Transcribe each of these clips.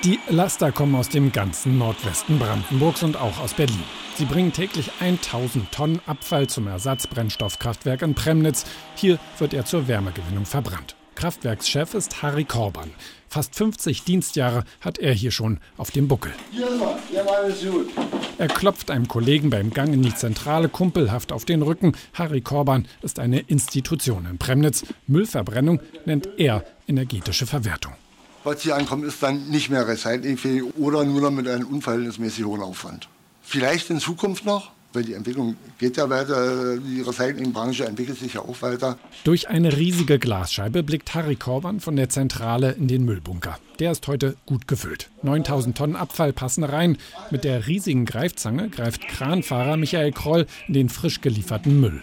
Die Laster kommen aus dem ganzen Nordwesten Brandenburgs und auch aus Berlin. Sie bringen täglich 1000 Tonnen Abfall zum Ersatzbrennstoffkraftwerk in Premnitz. Hier wird er zur Wärmegewinnung verbrannt. Kraftwerkschef ist Harry Korban. Fast 50 Dienstjahre hat er hier schon auf dem Buckel. Hier war alles gut. Er klopft einem Kollegen beim Gang in die Zentrale kumpelhaft auf den Rücken. Harry Korban ist eine Institution in Premnitz. Müllverbrennung nennt er energetische Verwertung. Was hier ankommt, ist dann nicht mehr recyclingfähig oder nur noch mit einem unverhältnismäßig hohen Aufwand. Vielleicht in Zukunft noch, weil die Entwicklung geht ja weiter, die Recyclingbranche entwickelt sich ja auch weiter. Durch eine riesige Glasscheibe blickt Harry Korban von der Zentrale in den Müllbunker. Der ist heute gut gefüllt. 9000 Tonnen Abfall passen rein. Mit der riesigen Greifzange greift Kranfahrer Michael Kroll in den frisch gelieferten Müll.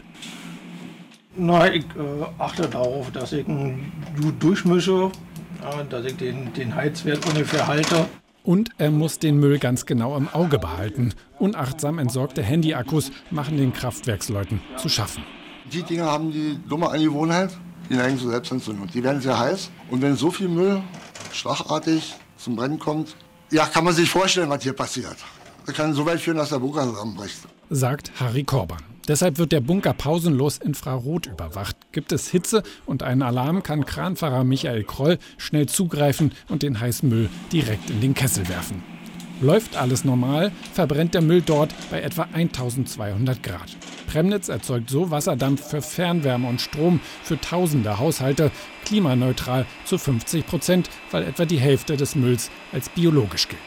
Ich achte darauf, dass ich gut durchmische, dass ich den Heizwert ungefähr halte. Und er muss den Müll ganz genau im Auge behalten. Unachtsam entsorgte Handyakkus machen den Kraftwerksleuten zu schaffen. Die Dinger haben die dumme Angewohnheit, die neigen zur Selbstentzündung. Die werden sehr heiß. Und wenn so viel Müll schlagartig zum Brennen kommt, ja, kann man sich vorstellen, was hier passiert. Das kann so weit führen, dass der Bunker zusammenbricht. Sagt Harry Korban. Deshalb wird der Bunker pausenlos infrarot überwacht. Gibt es Hitze und einen Alarm, kann Kranfahrer Michael Kroll schnell zugreifen und den heißen Müll direkt in den Kessel werfen. Läuft alles normal, verbrennt der Müll dort bei etwa 1200 Grad. Premnitz erzeugt so Wasserdampf für Fernwärme und Strom für tausende Haushalte, klimaneutral zu 50%, weil etwa die Hälfte des Mülls als biologisch gilt.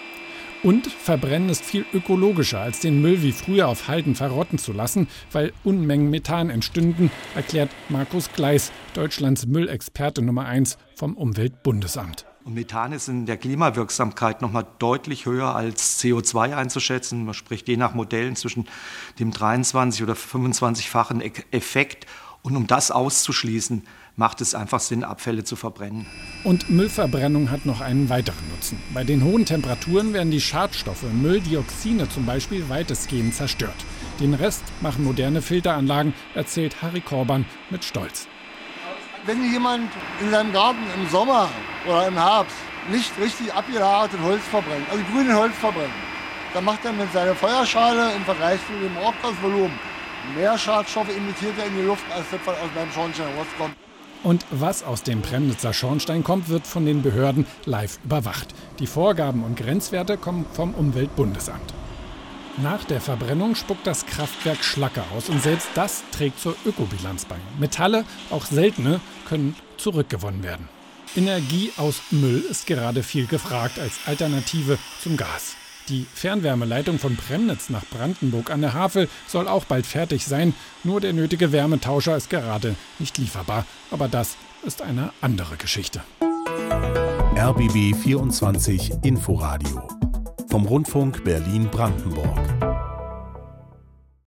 Und Verbrennen ist viel ökologischer, als den Müll wie früher auf Halden verrotten zu lassen, weil Unmengen Methan entstünden, erklärt Markus Gleis, Deutschlands Müllexperte Nummer 1 vom Umweltbundesamt. Und Methan ist in der Klimawirksamkeit noch mal deutlich höher als CO2 einzuschätzen. Man spricht je nach Modellen zwischen dem 23- oder 25-fachen Effekt. Und um das auszuschließen, macht es einfach Sinn, Abfälle zu verbrennen. Und Müllverbrennung hat noch einen weiteren Nutzen. Bei den hohen Temperaturen werden die Schadstoffe im Müll, Dioxine zum Beispiel, weitestgehend zerstört. Den Rest machen moderne Filteranlagen, erzählt Harry Korban mit Stolz. Wenn jemand in seinem Garten im Sommer oder im Herbst nicht richtig abgelagertes Holz verbrennt, also grünes Holz verbrennt, dann macht er mit seiner Feuerschale im Vergleich zu dem Abgasvolumen mehr Schadstoffe emittiert er in die Luft, als das, was aus meinem Schornstein rauskommt. Und was aus dem Premnitzer Schornstein kommt, wird von den Behörden live überwacht. Die Vorgaben und Grenzwerte kommen vom Umweltbundesamt. Nach der Verbrennung spuckt das Kraftwerk Schlacke aus und selbst das trägt zur Ökobilanz bei. Metalle, auch seltene, können zurückgewonnen werden. Energie aus Müll ist gerade viel gefragt als Alternative zum Gas. Die Fernwärmeleitung von Premnitz nach Brandenburg an der Havel soll auch bald fertig sein. Nur der nötige Wärmetauscher ist gerade nicht lieferbar. Aber das ist eine andere Geschichte. RBB 24 Inforadio vom Rundfunk Berlin-Brandenburg.